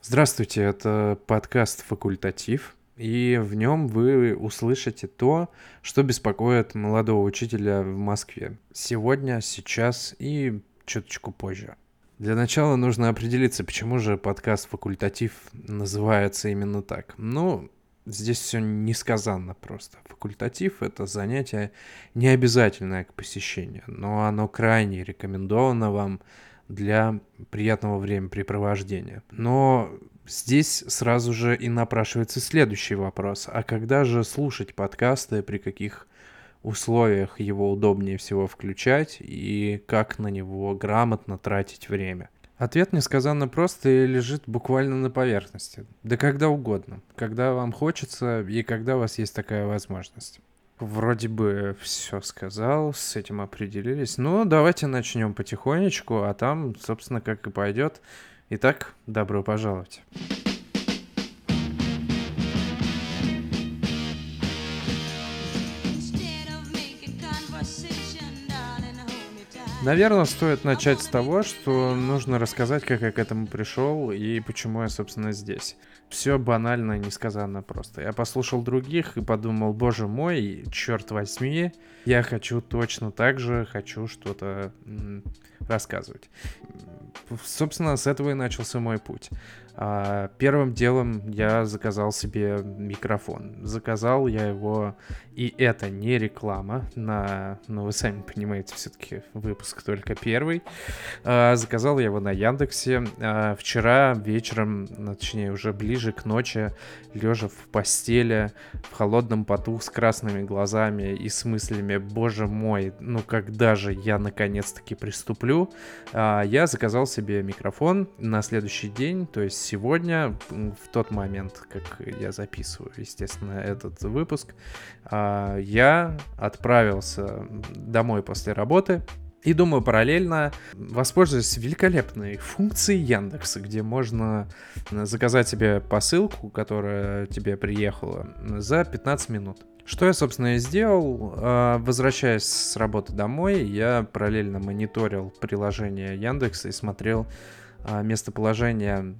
Здравствуйте, это подкаст «Факультатив», и в нем вы услышите то, что беспокоит молодого учителя в Москве сегодня, сейчас и чуточку позже. Для начала нужно определиться, почему же подкаст «Факультатив» называется именно так. Здесь все несказанно просто. Факультатив — это занятие не обязательное к посещению, но оно крайне рекомендовано вам для приятного времяпрепровождения. Но здесь сразу же и напрашивается следующий вопрос. А когда же слушать подкасты, при каких условиях его удобнее всего включать и как на него грамотно тратить время? Ответ несказанно прост и лежит буквально на поверхности. Да когда угодно, когда вам хочется и когда у вас есть такая возможность. Вроде бы все сказал, с этим определились. Ну, давайте начнем потихонечку, а там, собственно, как и пойдет. Итак, добро пожаловать. Наверное, стоит начать с того, что нужно рассказать, как я к этому пришел и почему я, собственно, здесь. Все банально, несказанно просто. Я послушал других и подумал, боже мой, черт возьми, я хочу точно так же, хочу что-то рассказывать. Собственно, с этого и начался мой путь. Первым делом я заказал себе микрофон. Заказал я его, и это не реклама, ну вы сами понимаете, все-таки выпуск только первый. Заказал я его на Яндексе. Вчера вечером, точнее уже ближе к ночи, лежа в постели, в холодном поту, с красными глазами и с мыслями, боже мой, ну когда же я наконец-таки приступлю, я заказал себе микрофон на следующий день, то есть сегодня, в тот момент, как я записываю, естественно, этот выпуск, я отправился домой после работы. И думаю, параллельно воспользуюсь великолепной функцией Яндекса, где можно заказать себе посылку, которая тебе приехала, за 15 минут. Что я, собственно, и сделал. Возвращаясь с работы домой, я параллельно мониторил приложение Яндекса и смотрел местоположение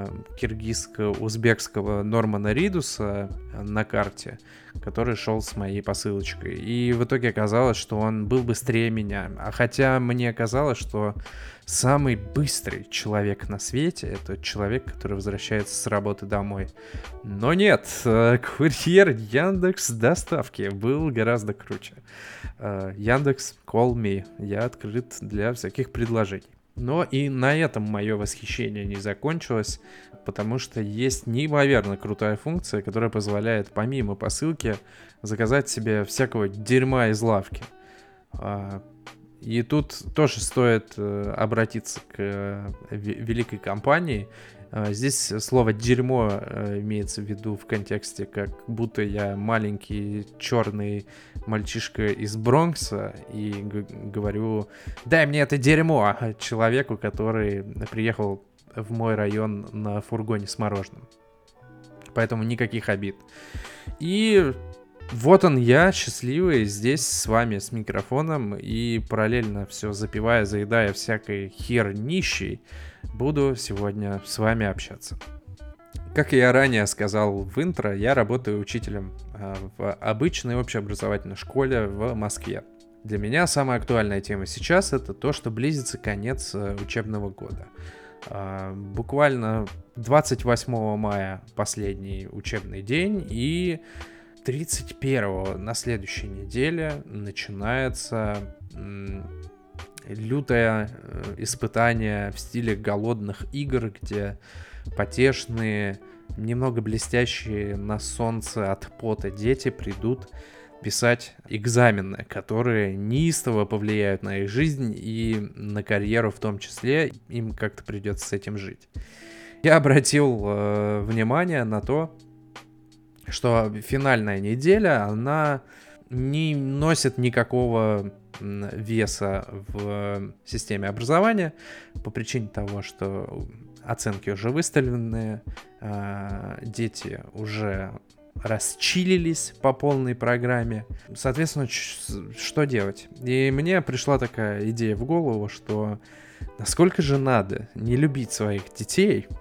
киргизско-узбекского Нормана Ридуса на карте, который шел с моей посылочкой. И в итоге оказалось, что он был быстрее меня. А хотя мне казалось, что самый быстрый человек на свете — это человек, который возвращается с работы домой. Но нет, курьер Яндекс доставки был гораздо круче. Яндекс, call me. Я открыт для всяких предложений. Но и на этом мое восхищение не закончилось, потому что есть неимоверно крутая функция, которая позволяет помимо посылки заказать себе всякого дерьма из лавки. И тут тоже стоит обратиться к великой компании. Здесь слово «дерьмо» имеется в виду в контексте, как будто я маленький черный мальчишка из Бронкса и говорю: «Дай мне это дерьмо!» человеку, который приехал в мой район на фургоне с мороженым. Поэтому никаких обид. И вот он я, счастливый, здесь с вами с микрофоном, и параллельно все запивая, заедая всякой хернищей, буду сегодня с вами общаться. Как я ранее сказал в интро, я работаю учителем в обычной общеобразовательной школе в Москве. Для меня самая актуальная тема сейчас — это то, что близится конец учебного года. Буквально 28 мая последний учебный день, и 31-го на следующей неделе начинается лютое испытание в стиле голодных игр, где потешные, немного блестящие на солнце от пота дети придут писать экзамены, которые неистово повлияют на их жизнь и на карьеру в том числе. Им как-то придется с этим жить. Я обратил внимание на то, что финальная неделя, она не носит никакого веса в системе образования по причине того, что оценки уже выставлены, дети уже расчилились по полной программе. Соответственно, что делать? И мне пришла такая идея в голову, что насколько же надо не любить своих детей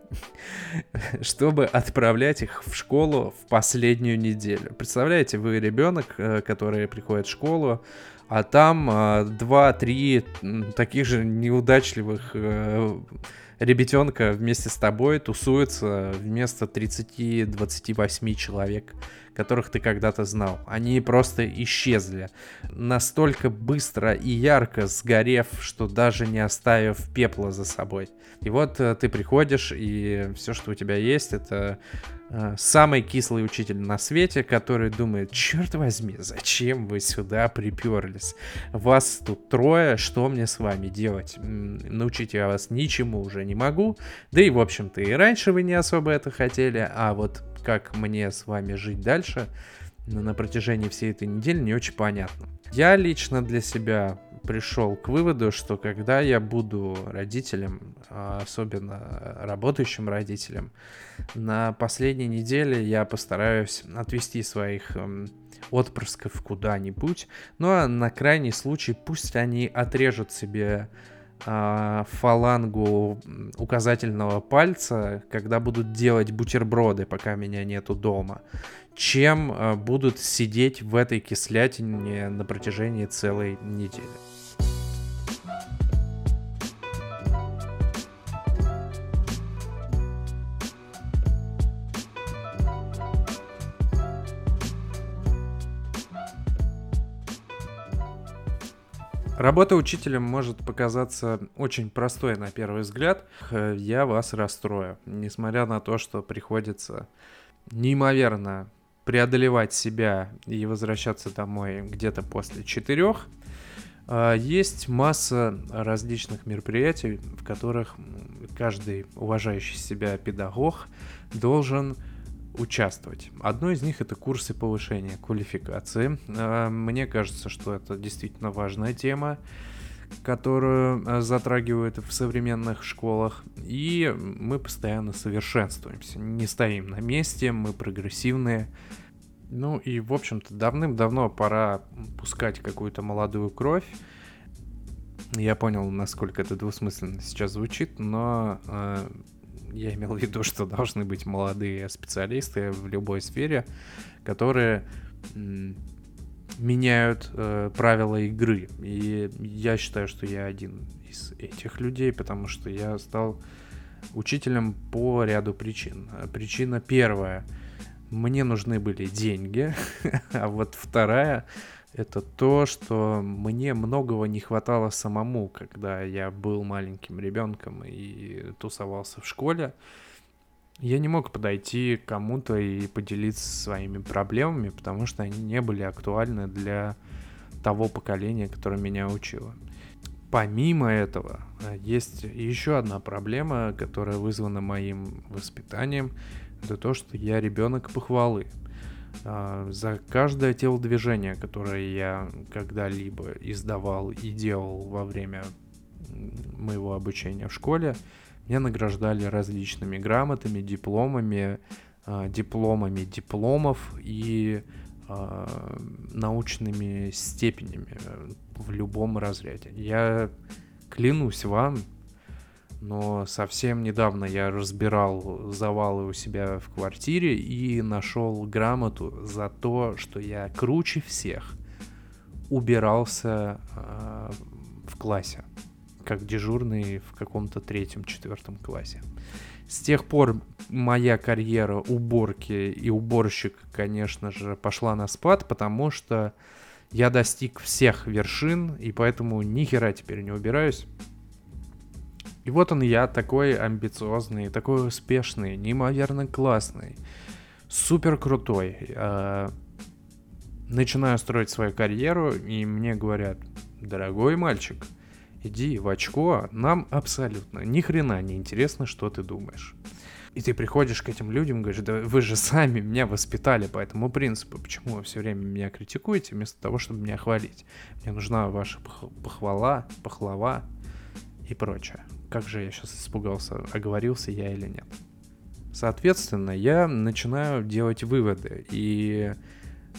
чтобы отправлять их в школу в последнюю неделю. Представляете, вы ребенок, который приходит в школу, а там 2-3 таких же неудачливых ребятенка вместе с тобой тусуются вместо 30-28 человек, которых ты когда-то знал. Они просто исчезли, настолько быстро и ярко сгорев, что даже не оставив пепла за собой. И вот ты приходишь, и все, что у тебя есть, это самый кислый учитель на свете, который думает: черт возьми, зачем вы сюда приперлись? Вас тут трое, что мне с вами делать? Научить я вас ничему уже не могу. Да и, в общем-то, и раньше вы не особо это хотели. А вот как мне с вами жить дальше на протяжении всей этой недели, не очень понятно. Я лично для себя пришел к выводу, что когда я буду родителем, особенно работающим родителем, на последней неделе я постараюсь отвезти своих отпрысков куда-нибудь. Ну а на крайний случай пусть они отрежут себе фалангу указательного пальца, когда будут делать бутерброды, пока меня нету дома, чем будут сидеть в этой кислятине на протяжении целой недели. Работа учителем может показаться очень простой на первый взгляд. Я вас расстрою. Несмотря на то, что приходится неимоверно преодолевать себя и возвращаться домой где-то после 4, есть масса различных мероприятий, в которых каждый уважающий себя педагог должен участвовать. Одно из них — это курсы повышения квалификации. Мне кажется, что это действительно важная тема, которую затрагивают в современных школах, и мы постоянно совершенствуемся, не стоим на месте, мы прогрессивные. Ну и, в общем-то, давным-давно пора пускать какую-то молодую кровь. Я понял, насколько это двусмысленно сейчас звучит, но я имел в виду, что должны быть молодые специалисты в любой сфере, которые меняют правила игры. И я считаю, что я один из этих людей, потому что я стал учителем по ряду причин. Причина первая: мне нужны были деньги, а вот вторая — это то, что мне многого не хватало самому, когда я был маленьким ребенком и тусовался в школе. Я не мог подойти к кому-то и поделиться своими проблемами, потому что они не были актуальны для того поколения, которое меня учило. Помимо этого, есть еще одна проблема, которая вызвана моим воспитанием. Это то, что я ребенок похвалы. За каждое телодвижение, которое я когда-либо издавал и делал во время моего обучения в школе, меня награждали различными грамотами, дипломами дипломов и научными степенями в любом разряде. Я клянусь вам, но совсем недавно я разбирал завалы у себя в квартире и нашел грамоту за то, что я круче всех убирался в классе, как дежурный в каком-то 3-4 классе. С тех пор моя карьера уборки и уборщик, конечно же, пошла на спад, потому что я достиг всех вершин, и поэтому ни хера теперь не убираюсь. И вот он я, такой амбициозный, такой успешный, неимоверно классный, супер крутой. Начинаю строить свою карьеру, и мне говорят: дорогой мальчик, иди в очко, нам абсолютно ни хрена не интересно, что ты думаешь. И ты приходишь к этим людям и говоришь: да вы же сами меня воспитали по этому принципу, почему вы все время меня критикуете, вместо того, чтобы меня хвалить? Мне нужна ваша похвала и прочее. Как же я сейчас испугался, оговорился я или нет. Соответственно, я начинаю делать выводы, и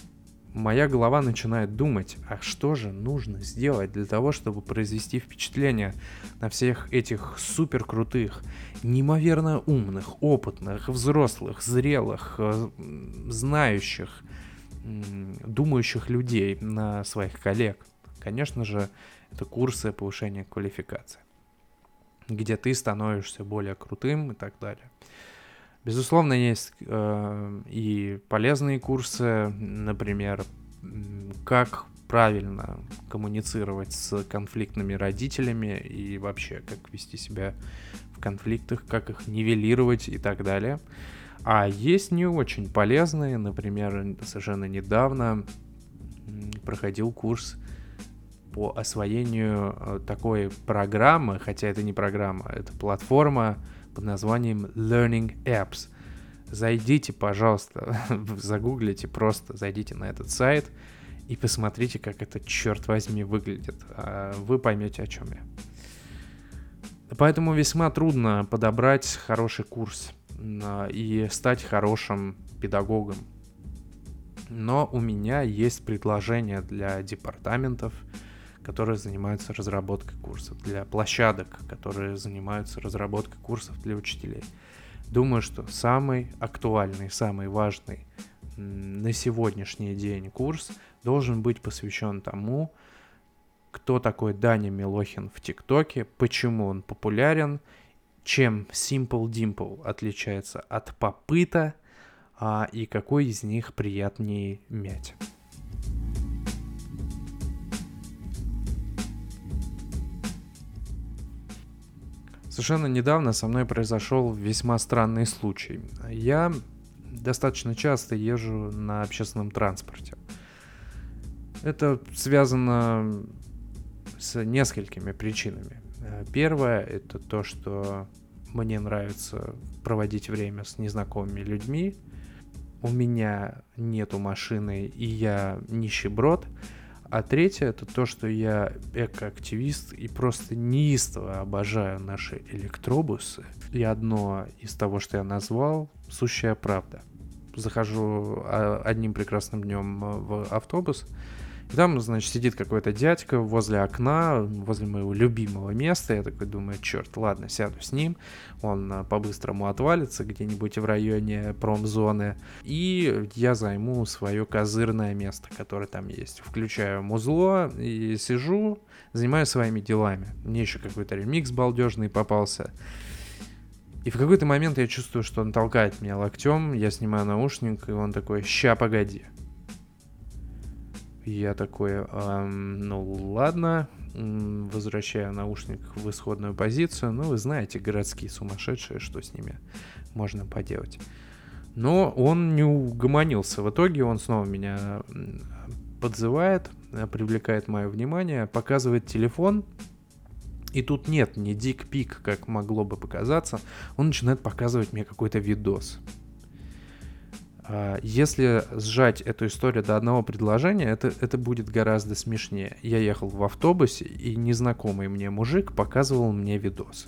моя голова начинает думать, а что же нужно сделать для того, чтобы произвести впечатление на всех этих супер крутых, неимоверно умных, опытных, взрослых, зрелых, знающих, думающих людей на своих коллег. Конечно же, это курсы повышения квалификации, где ты становишься более крутым и так далее. Безусловно, есть и полезные курсы, например, как правильно коммуницировать с конфликтными родителями и вообще как вести себя в конфликтах, как их нивелировать и так далее. А есть не очень полезные, например, совершенно недавно проходил курс по освоению такой программы, хотя это не программа, это платформа под названием Learning Apps. Зайдите, пожалуйста, загуглите, просто зайдите на этот сайт и посмотрите, как это, черт возьми, выглядит. Вы поймете, о чем я. Поэтому весьма трудно подобрать хороший курс и стать хорошим педагогом. Но у меня есть предложение для департаментов, которые занимаются разработкой курсов, для площадок, которые занимаются разработкой курсов для учителей. Думаю, что самый актуальный, самый важный на сегодняшний день курс должен быть посвящен тому, кто такой Даня Милохин в ТикТоке, почему он популярен, чем Simple Dimple отличается от Попыта, и какой из них приятнее мять. Совершенно недавно со мной произошел весьма странный случай. Я достаточно часто езжу на общественном транспорте. Это связано с несколькими причинами. Первое — это то, что мне нравится проводить время с незнакомыми людьми. У меня нету машины, и я нищеброд. А третье — это то, что я экоактивист и просто неистово обожаю наши электробусы. И одно из того, что я назвал, сущая правда. Захожу одним прекрасным днем в автобус, и там, значит, сидит какой-то дядька возле окна, возле моего любимого места. Я такой думаю, черт, ладно, сяду с ним. Он по-быстрому отвалится где-нибудь в районе промзоны. И я займу свое козырное место, которое там есть. Включаю музло и сижу, занимаюсь своими делами. Мне еще какой-то ремикс балдежный попался. И в какой-то момент я чувствую, что он толкает меня локтем. Я снимаю наушник, и он такой, ща, погоди. Я такой, ну ладно, возвращаю наушник в исходную позицию. Ну, вы знаете, городские сумасшедшие, что с ними можно поделать. Но он не угомонился. В итоге он снова меня подзывает, привлекает мое внимание, показывает телефон. И тут нет ни дик-пик, как могло бы показаться. Он начинает показывать мне какой-то видос. Если сжать эту историю до одного предложения, это будет гораздо смешнее. Я ехал в автобусе, и незнакомый мне мужик показывал мне видос.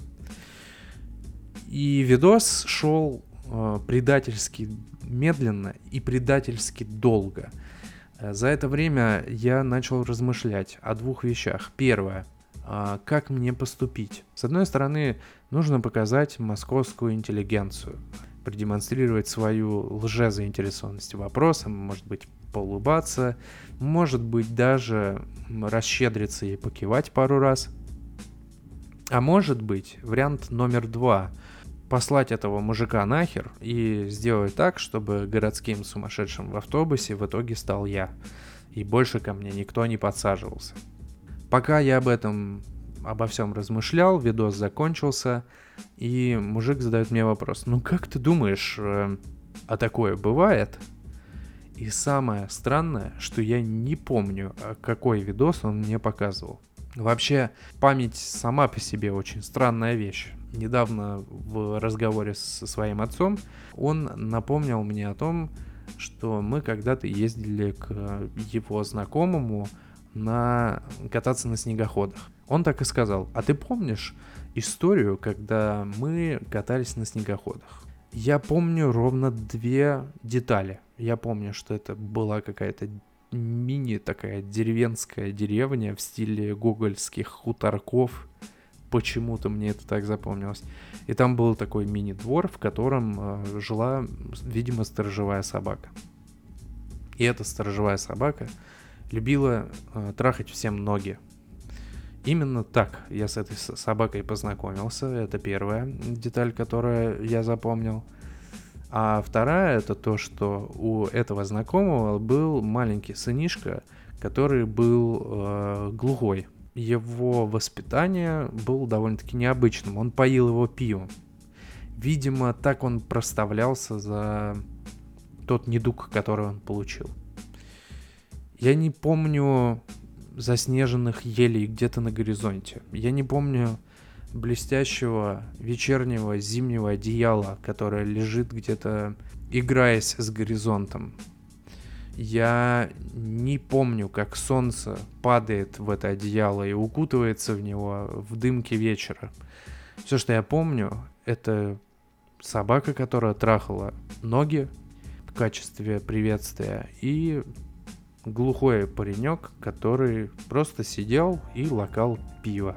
И видос шел предательски медленно и предательски долго. За это время я начал размышлять о двух вещах. Первое. Как мне поступить? С одной стороны, нужно показать московскую интеллигенцию, продемонстрировать свою лжезаинтересованность вопросом, может быть, поулыбаться, может быть, даже расщедриться и покивать пару раз. А может быть, вариант номер 2 — послать этого мужика нахер и сделать так, чтобы городским сумасшедшим в автобусе в итоге стал я, и больше ко мне никто не подсаживался. Пока я обо всем размышлял, видос закончился, и мужик задает мне вопрос: ну как ты думаешь, а такое бывает? И самое странное, что я не помню, какой видос он мне показывал. Вообще, память сама по себе очень странная вещь. Недавно в разговоре со своим отцом он напомнил мне о том, что мы когда-то ездили к его знакомому кататься на снегоходах. Он так и сказал: а ты помнишь историю, когда мы катались на снегоходах? Я помню ровно 2 детали. Я помню, что это была какая-то мини такая деревенская деревня в стиле гогольских хуторков. Почему-то мне это так запомнилось. И там был такой мини-двор, в котором жила, видимо, сторожевая собака. И эта сторожевая собака любила трахать всем ноги. Именно так я с этой собакой познакомился. Это первая деталь, которую я запомнил. А вторая — это то, что у этого знакомого был маленький сынишка, который был глухой. Его воспитание было довольно-таки необычным. Он поил его пивом. Видимо, так он проставлялся за тот недуг, который он получил. Я не помню заснеженных елей где-то на горизонте. Я не помню блестящего вечернего зимнего одеяла, которое лежит где-то, играясь с горизонтом. Я не помню, как солнце падает в это одеяло и укутывается в него в дымке вечера. Все, что я помню, это собака, которая трахала ноги в качестве приветствия, и глухой паренек, который просто сидел и локал пиво.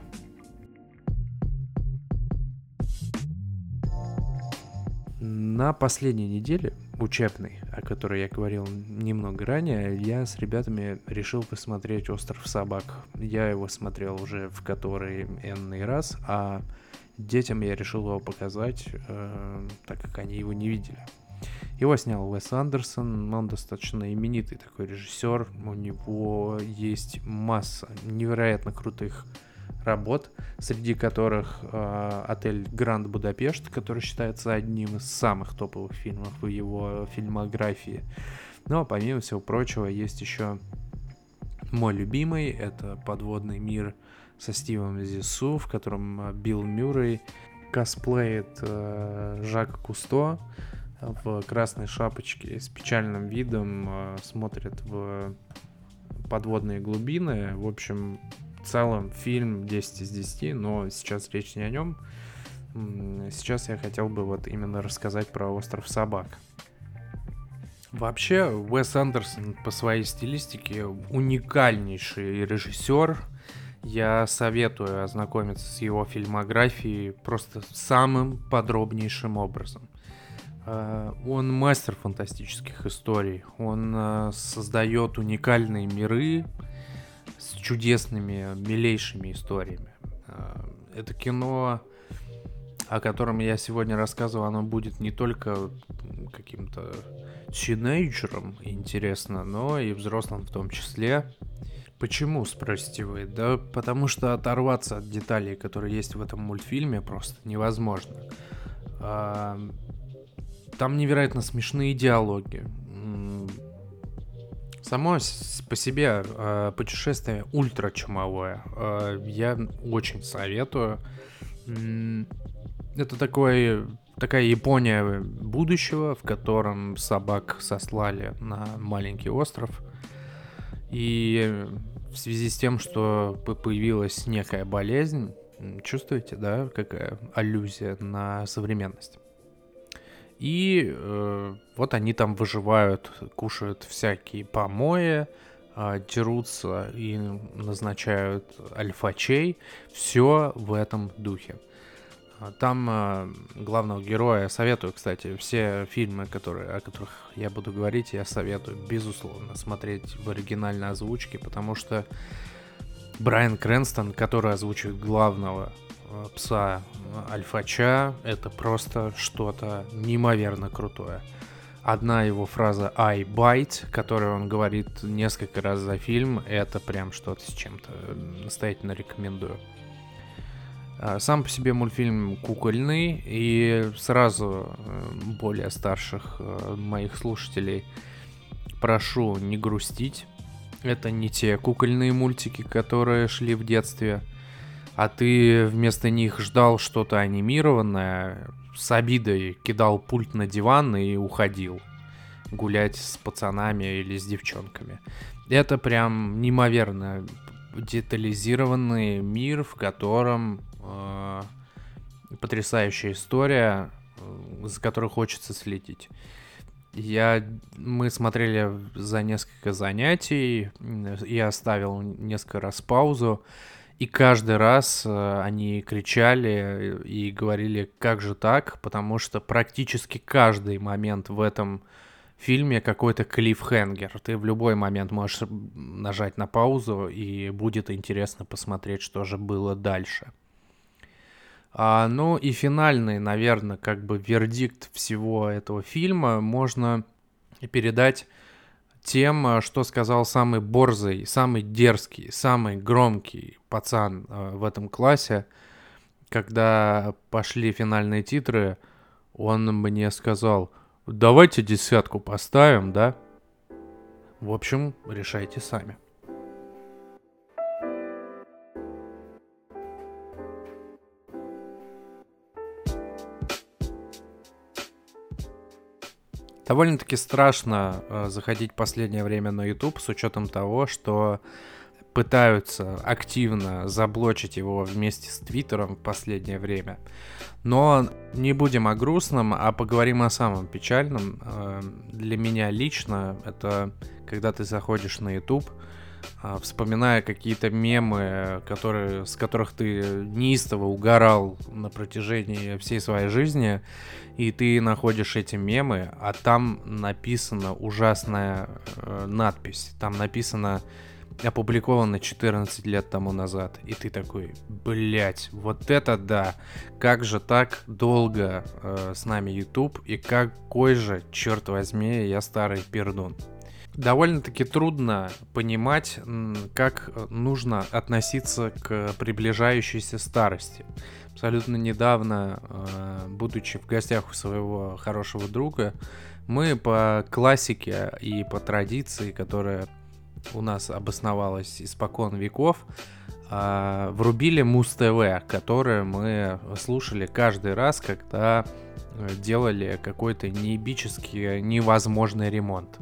На последней неделе учебной, о которой я говорил немного ранее, я с ребятами решил посмотреть «Остров собак». Я его смотрел уже в который энный раз, а детям я решил его показать, так как они его не видели. Его снял Уэс Андерсон, он достаточно именитый такой режиссер, у него есть масса невероятно крутых работ, среди которых «Отель Гранд Будапешт», который считается одним из самых топовых фильмов в его фильмографии. Но помимо всего прочего есть еще мой любимый, это «Подводный мир» со Стивом Зису, в котором Билл Мюррей косплеит Жака Кусто в красной шапочке с печальным видом, смотрит в подводные глубины. В общем, в целом фильм 10 из 10, но сейчас речь не о нем. Сейчас я хотел бы вот именно рассказать про «Остров собак». Вообще, Уэс Андерсон по своей стилистике уникальнейший режиссер. Я советую ознакомиться с его фильмографией просто самым подробнейшим образом. Он мастер фантастических историй. Он создает уникальные миры с чудесными, милейшими историями. Это кино, о котором я сегодня рассказывал, оно будет не только каким-то тинейджером интересно, но и взрослым в том числе. Почему, спросите вы? Да потому что оторваться от деталей, которые есть в этом мультфильме, просто невозможно. Там невероятно смешные диалоги. Само по себе путешествие ультра чумовое. Я очень советую. Это такая Япония будущего, в котором собак сослали на маленький остров. И в связи с тем, что появилась некая болезнь, чувствуете, да, какая аллюзия на современность? И вот они там выживают, кушают всякие помои, дерутся и назначают альфачей. Все в этом духе. Там главного героя советую, кстати, все фильмы, о которых я буду говорить, я советую, безусловно, смотреть в оригинальной озвучке, потому что Брайан Крэнстон, который озвучивает главного пса альфача, это просто что-то неимоверно крутое. Одна его фраза «I bite», которую он говорит несколько раз за фильм, это прям что-то с чем-то. Настоятельно рекомендую. Сам по себе мультфильм кукольный, и сразу более старших моих слушателей прошу не грустить. Это не те кукольные мультики, которые шли в детстве, а ты вместо них ждал что-то анимированное, с обидой кидал пульт на диван и уходил гулять с пацанами или с девчонками. Это прям неимоверно детализированный мир, в котором потрясающая история, за которой хочется следить. Мы смотрели за несколько занятий, я ставил несколько раз паузу, и каждый раз они кричали и говорили, как же так, потому что практически каждый момент в этом фильме какой-то клиффхенгер. Ты в любой момент можешь нажать на паузу, и будет интересно посмотреть, что же было дальше. Ну и финальный, наверное, как бы вердикт всего этого фильма можно передать тем, что сказал самый борзый, самый дерзкий, самый громкий пацан в этом классе. Когда пошли финальные титры, он мне сказал: давайте 10 поставим, да? В общем, решайте сами. Довольно-таки страшно заходить в последнее время на YouTube с учетом того, что пытаются активно заблочить его вместе с Твиттером в последнее время. Но не будем о грустном, а поговорим о самом печальном. Для меня лично это когда ты заходишь на YouTube, вспоминая какие-то мемы, с которых ты неистово угорал на протяжении всей своей жизни, и ты находишь эти мемы, а там написана ужасная надпись. Там написано опубликовано 14 лет тому назад. И ты такой: блять, вот это да! Как же так долго с нами YouTube, и какой же, черт возьми, я старый пердун. Довольно-таки трудно понимать, как нужно относиться к приближающейся старости. Абсолютно недавно, будучи в гостях у своего хорошего друга, мы по классике и по традиции, которая у нас обосновалась испокон веков, врубили Муз-ТВ, которое мы слушали каждый раз, когда делали какой-то неебический, невозможный ремонт.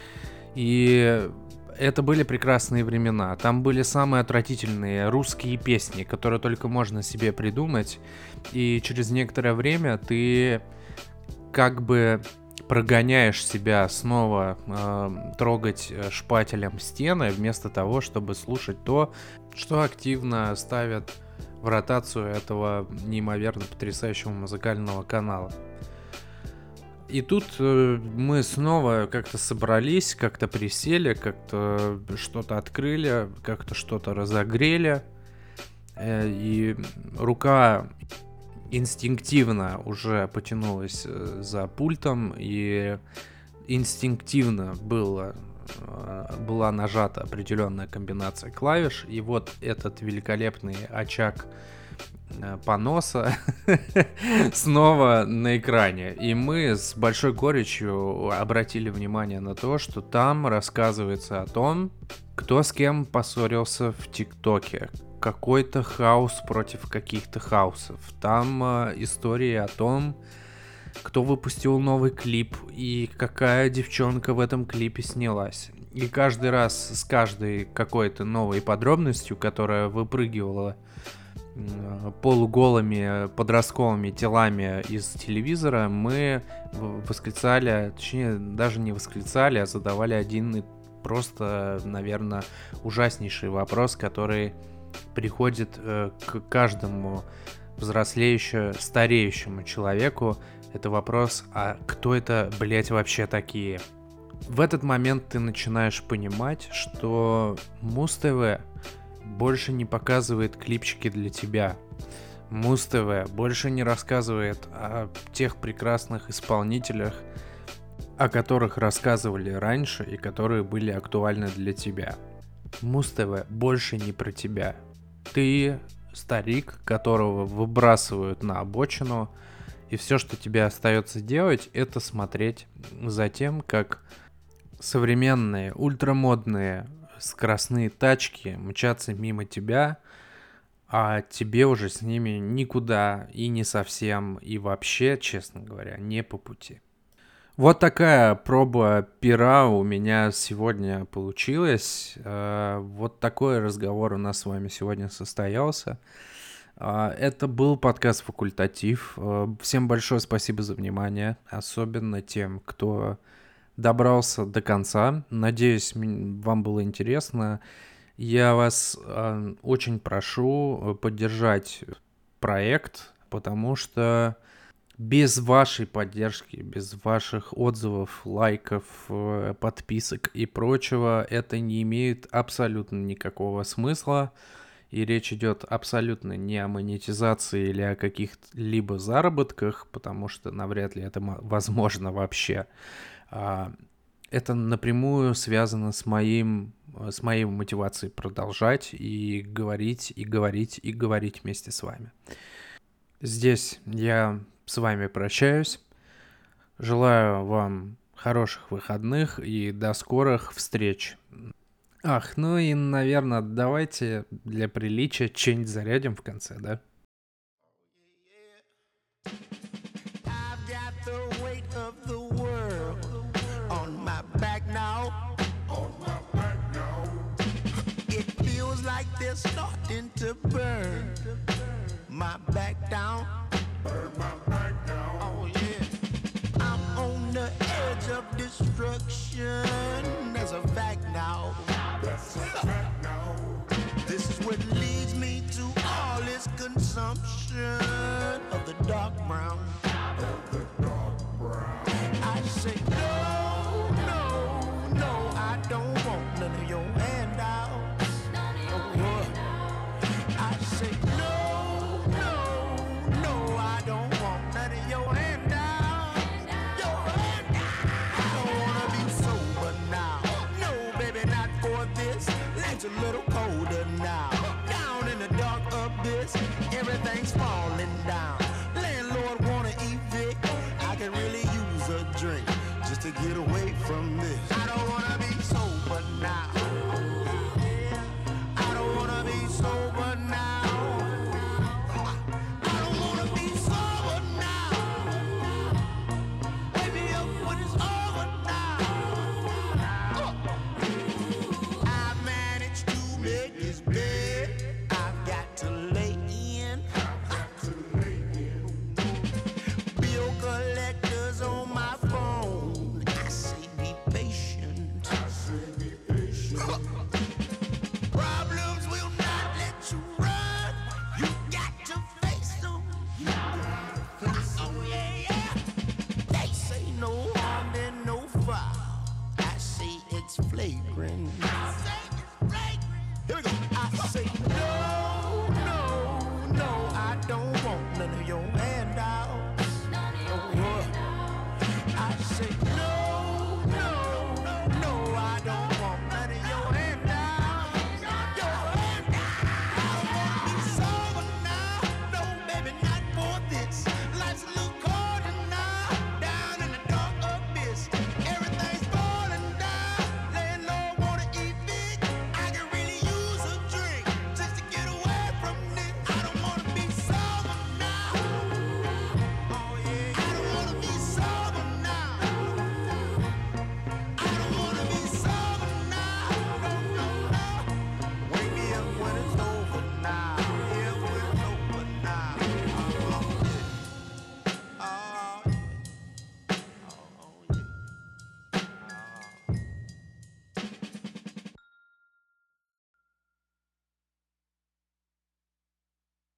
И это были прекрасные времена. Там были самые отвратительные русские песни, которые только можно себе придумать. И через некоторое время ты как бы прогоняешь себя снова трогать шпателем стены, вместо того, чтобы слушать то, что активно ставят в ротацию этого неимоверно потрясающего музыкального канала. И тут мы снова как-то собрались, как-то присели, как-то что-то открыли, как-то что-то разогрели. И рука инстинктивно уже потянулась за пультом, и инстинктивно была нажата определенная комбинация клавиш. И вот этот великолепный очаг поноса снова на экране. И мы с большой горечью обратили внимание на то, что там рассказывается о том, кто с кем поссорился в ТикТоке. Какой-то хаос против каких-то хаусов. Там истории о том, кто выпустил новый клип и какая девчонка в этом клипе снялась. И каждый раз с каждой какой-то новой подробностью, которая выпрыгивала полуголыми подростковыми телами из телевизора, мы восклицали, точнее даже не восклицали, а задавали один просто, наверное, ужаснейший вопрос, который приходит к каждому взрослеющему, стареющему человеку. Это вопрос: а кто это, блять, вообще такие? В этот момент ты начинаешь понимать, что Муз-ТВ больше не показывает клипчики для тебя. Муз-ТВ больше не рассказывает о тех прекрасных исполнителях, о которых рассказывали раньше и которые были актуальны для тебя. Муз-ТВ больше не про тебя. Ты старик, которого выбрасывают на обочину, и все, что тебе остается делать, это смотреть за тем, как современные, ультрамодные скоростные тачки мчатся мимо тебя, а тебе уже с ними никуда и не совсем, и вообще, честно говоря, не по пути. Вот такая проба пера у меня сегодня получилась. Вот такой разговор у нас с вами сегодня состоялся. Это был подкаст «Факультатив». Всем большое спасибо за внимание, особенно тем, кто добрался до конца. Надеюсь, вам было интересно. Я вас очень прошу поддержать проект, потому что без вашей поддержки, без ваших отзывов, лайков, подписок и прочего это не имеет абсолютно никакого смысла. И речь идет абсолютно не о монетизации или о каких-либо заработках, потому что навряд ли это возможно вообще. Это напрямую связано с моей мотивацией продолжать и говорить, и говорить, и говорить вместе с вами. Здесь я с вами прощаюсь. Желаю вам хороших выходных и до скорых встреч. Ну и, наверное, давайте для приличия что-нибудь зарядим в конце, да? Starting to burn my back down. Burn my back down. Oh yeah. I'm on the edge of destruction. That's a fact now. That's a fact now. This is what leads me to all this consumption of the dark brown. Of the dark brown. I say no, no, no. I don't want none of your handouts. I say no, no, no, I don't want none of your handouts. Your handouts. I don't wanna be sober now. No, baby, not for this. Life's a little colder now. Down in the dark abyss, everything's falling down. Landlord wanna evict. I could really use a drink just to get away from this. I don't wanna be sober now. I don't wanna be sober now. I don't wanna be sober now. Baby, up when it's over now. I managed to make this bed. I've got to lay in. Bill collectors on my phone. I say be patient. Problems will not let you run. You got to face them. Oh yeah, yeah. They say no harm, then no foul. I say it's flagrant.